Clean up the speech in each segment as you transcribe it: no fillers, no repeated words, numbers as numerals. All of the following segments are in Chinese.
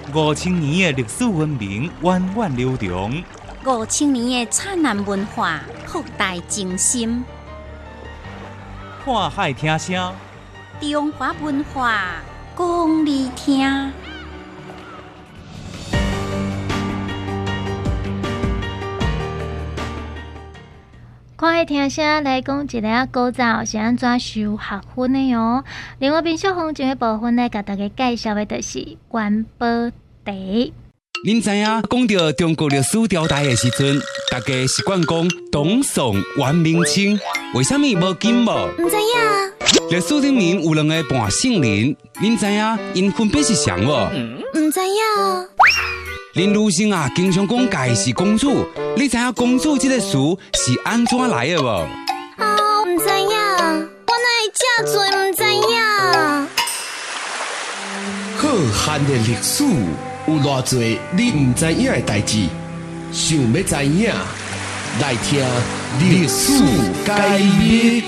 5000年的历史文明源远流长 ，5000年的灿烂文化博大精深。 看海听声， 中华文化讲你听。 看海听声来讲一个古早是安怎受学分的哦。另外，民俗风情的部分来甲大家介绍的就是元宝茶。 您知影讲到中国历史朝代的时阵，大家习惯讲东宋、元、明、清，为什么无金无？ 唔知影。 历史里面有2个半圣人，您知影因分别是谁无？ 唔知影。 林如生啊，经常讲家是公主，你知影公主这个词是安怎来的无？ 唔知影，我哪会这多唔知影？ 浩瀚的历史，有偌多你唔知影的代志，想要知影，来听历史解密。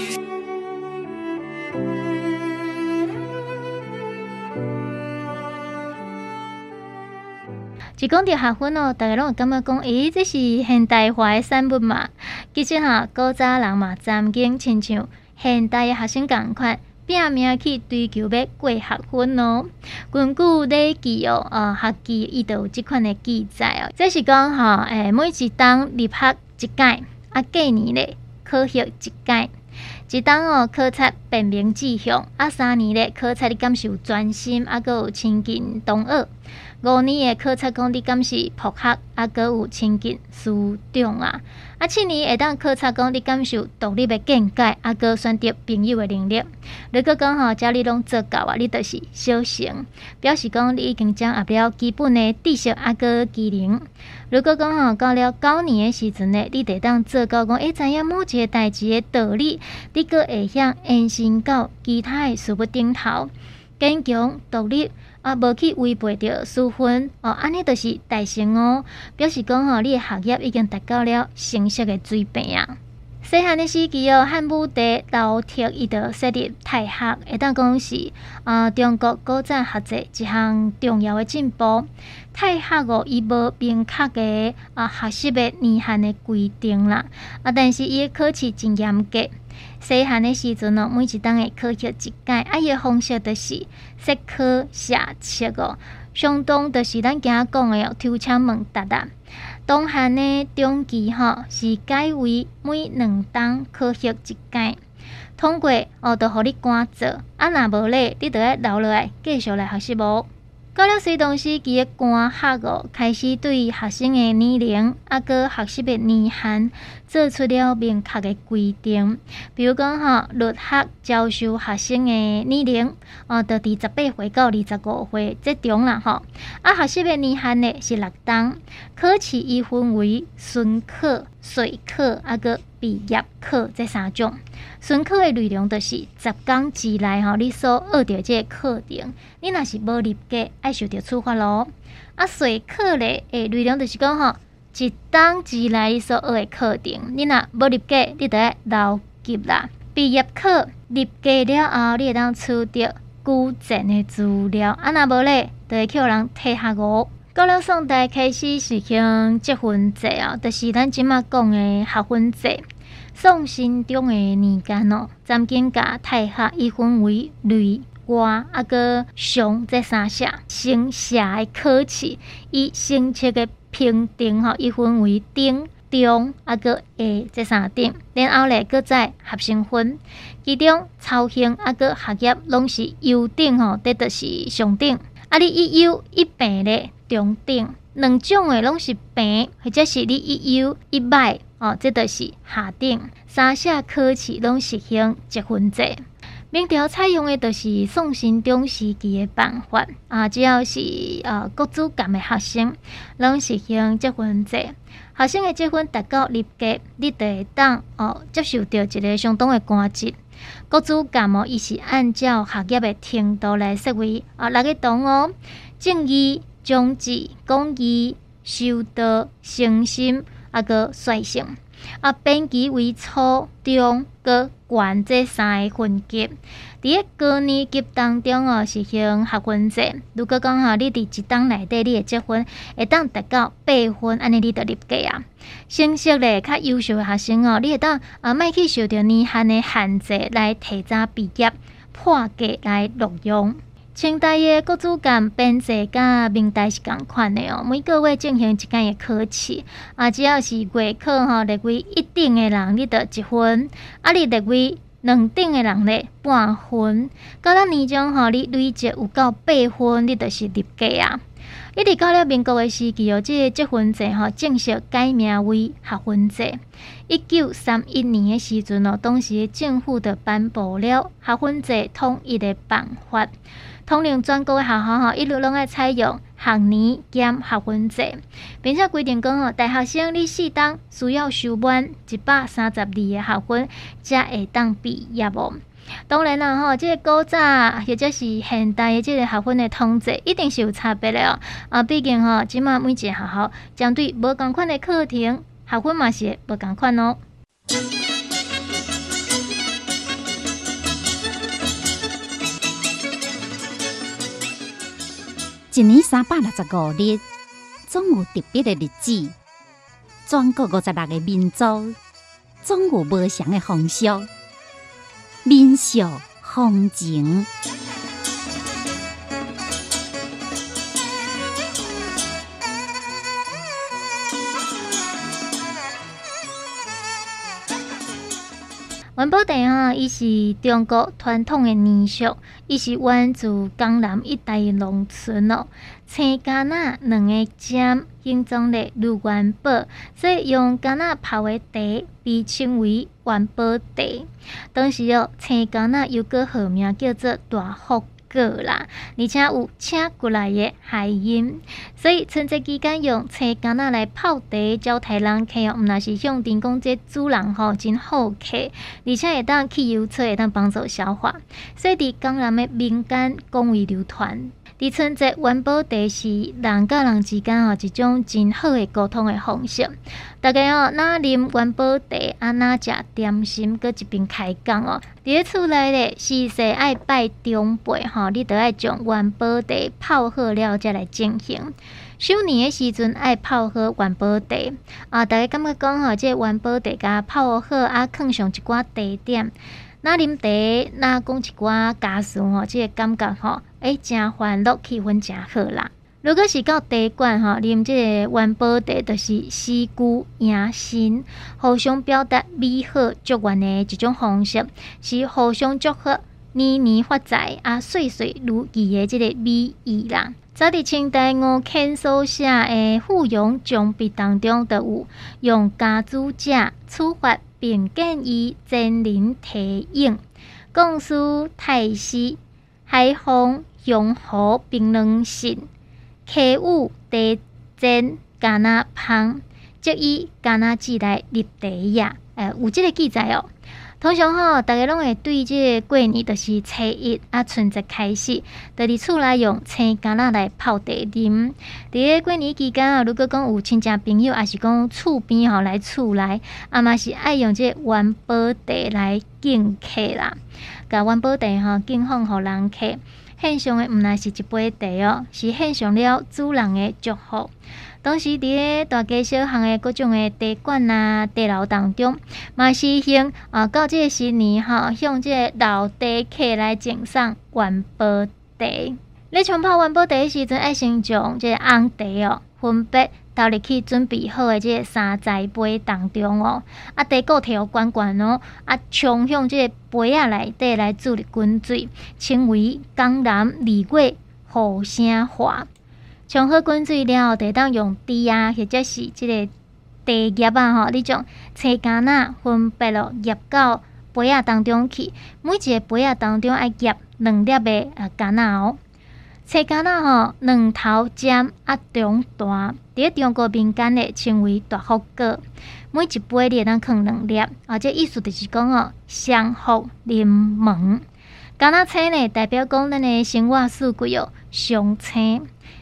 一讲到学分哦，大家拢会感觉讲，这是现代化的产物嘛。其实古早人嘛，曾经亲像现代的学生共款，拼命去追求要过学分哦。根据《礼记》学记伊就有即款的记载哦。这是讲每一档入学一届，隔年咧考核一届。一档考察辨明志向，3年咧考察你敢是有专心，阁有亲近同学。5年的考察讲你敢是博学，阁有亲近师长7年会当考察讲你敢是有独立的见解，阁选择朋友的能力。如果讲只要你拢做到你就是小成，表示讲你已经掌握了基本的知识阁技能。如果讲到了9年的时阵呢，你得当做到讲知影某一个代志的道理，你阁会晓延伸到其他的事物顶头，坚强独立。无去违背着师分安尼就是大成哦。表示讲你的学业已经达到了成熟的水平啊。细汉的时期汉武帝刘勔伊就设立太学，会当讲是中国古早学制一项重要的进步。太学伊无明确的学习的年限的规定啦，但是伊的考试真严格。细汉的时阵每一档会考核一届，伊的方式就是设考写册相当就是咱今仔讲的抽签问答啦。当汉的中期是改为每2档考核一届，通过就互你赶做，若无咧，你就要留落来继续来学习无。到了隋唐时期的官学开始对学生的年龄阁学习的年限做出了明确的规定。比如讲律学教授学生的年龄就伫18岁到25岁这中啦学习的年限呢是6档。考试伊分为顺考、随考阁毕业考这3种。顺考的内容就是10天之内你所学到这个课程，你若是无入格，爱受到处罚咯。随考咧内容就是讲1天之内你所学的课程，你若无入格，你就要留级啦。毕业考入格了后，你会当取得古证的资料，若无咧，就会叫人退学哦。到了宋代开始实行积分制就是咱即马讲的学分制。宋神宗的年间曾经甲太学伊分为内外阁上这3下，升下的考试以成绩的评定伊分为顶、中阁下这3点，然后咧搁再合成分，其中操行阁学业拢是优等这就是上等。你一优一平咧中等，2种的拢是平，或者是你一优一歹这就是下等。3下考试拢实行积分制。明朝采用的就是宋神宗时期的办法只要是国子监的学生，拢实行积分制。学生的积分达到入格，你就会当接受到一个相当的官职。国子监伊是按照学业的程度来设为6个档正义、忠直、公义、修道、诚心阁率性。编辑为初、中、 高、悬这三个分级。伫个高年级当中哦，是行学分制。如果讲吼，你伫一档内底你的积分会当达到8分，安尼你就入格啊。成绩咧较优秀的学生哦，你会当莫去受到年限的限制来提早毕业，破格来录用。清大的国主监编制甲明大是共款的哦，每个月进行一间的考试，只要是月考吼，列为1等的人，你得1分；你列为2等的人咧半分。到咱年终吼，你累积有够8分，你就是入格啊。一直到了民国的时期哦，这个积分制吼正式改名为学分制。1931年的时阵哦，当时政府就颁布了学分制统一的办法，统令全国的学校吼一律拢爱采用学年兼学分制，并且规定讲哦，大学生你4档需要修满132个学分，才会当毕业哦。当然啦吼，这个古早或者是现代的这个学分的统制，一定是有差别的哦。毕竟吼，即马每一个学校针对无同款的课程，学分嘛是无同款哦。 一年365日，总有特别的日子。全国56个民族，总有无同的风俗。民俗风情，元宝地吼，伊是中国传统的年俗，伊是源自江南一带的农村哦。青橄榄两个尖形状的如元宝，所以用橄榄泡的茶被称为元宝茶。当时哦，青橄榄又个号名叫做大福果啦，而且有请过来的谐音，所以春节期间用青橄榄来泡茶招待人客哦，毋那是向电讲这主人吼真好客，而且会当去油册，会当帮助消化，所以伫江南的民间广为流传。伫春节元宝茶是人甲人之间吼一种真好的沟通的方式。大家哦，哪啉元宝茶，哪食点心，搁一边开讲哦。伫咧厝内咧，时势爱拜长辈吼，你着爱将元宝茶泡好了才来进行。首年的时阵爱泡好元宝茶大家感觉讲吼，这元宝茶甲泡好放上一寡茶点。那啉茶，那讲一寡家事吼，这个感觉吼，真欢乐，气氛真好啦。如果是到茶馆吼，啉这个元宝茶，就是诗句迎新，互相表达美好祝愿的一种方式，是互相祝福，年年发财岁岁如意的这个美意啦。早伫清代吴乾所写的《富庸奖笔》当中，就有用家主者处罚，并建议前人提醒，讲述太师海风祥和并能信，客户地前橄榄芳，即以橄榄枝来立茶呀。有这个记载哦。通常吼，大家拢会对这个过年就是初一春节开始，就伫厝内用青橄榄来泡茶啉。伫个过年期间如果讲有亲戚朋友，也是讲厝边来厝内，嘛是爱用这元宝茶来敬客啦。甲元宝茶敬奉互人客，献上的毋乃是一杯茶哦，是献上了主人的祝福。当时伫咧大街小巷的各种的茶馆茶楼当中，嘛是行到这个新年向这个老茶客来赠送元宝茶。咧冲泡元宝茶的时阵，爱先将这个红茶分别倒入去准备好的这个三彩杯当中哦，茶果摕好悬悬哦，冲向这个杯内底来注入滚水，称为江南礼乐互声化。冲好滚水了后，就当用箸或者是这个茶叶你将青橄榄分别舀到杯当中去，每一个杯当中爱舀2粒的橄榄哦。青橄榄2头尖中大，伫中国民间咧称为大福果。每一杯你会当放2粒，这意思就是讲相福临门。橄榄青呢，代表讲咱的生活四季上青。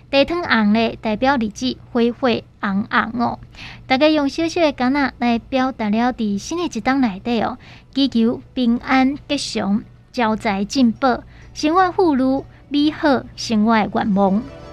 地汤红咧，代表日子火火红红哦。大家用小小的柑仔来表达了伫新的一档内底哦，祈求平安吉祥、招财进宝、生活富裕、美好生活的愿望。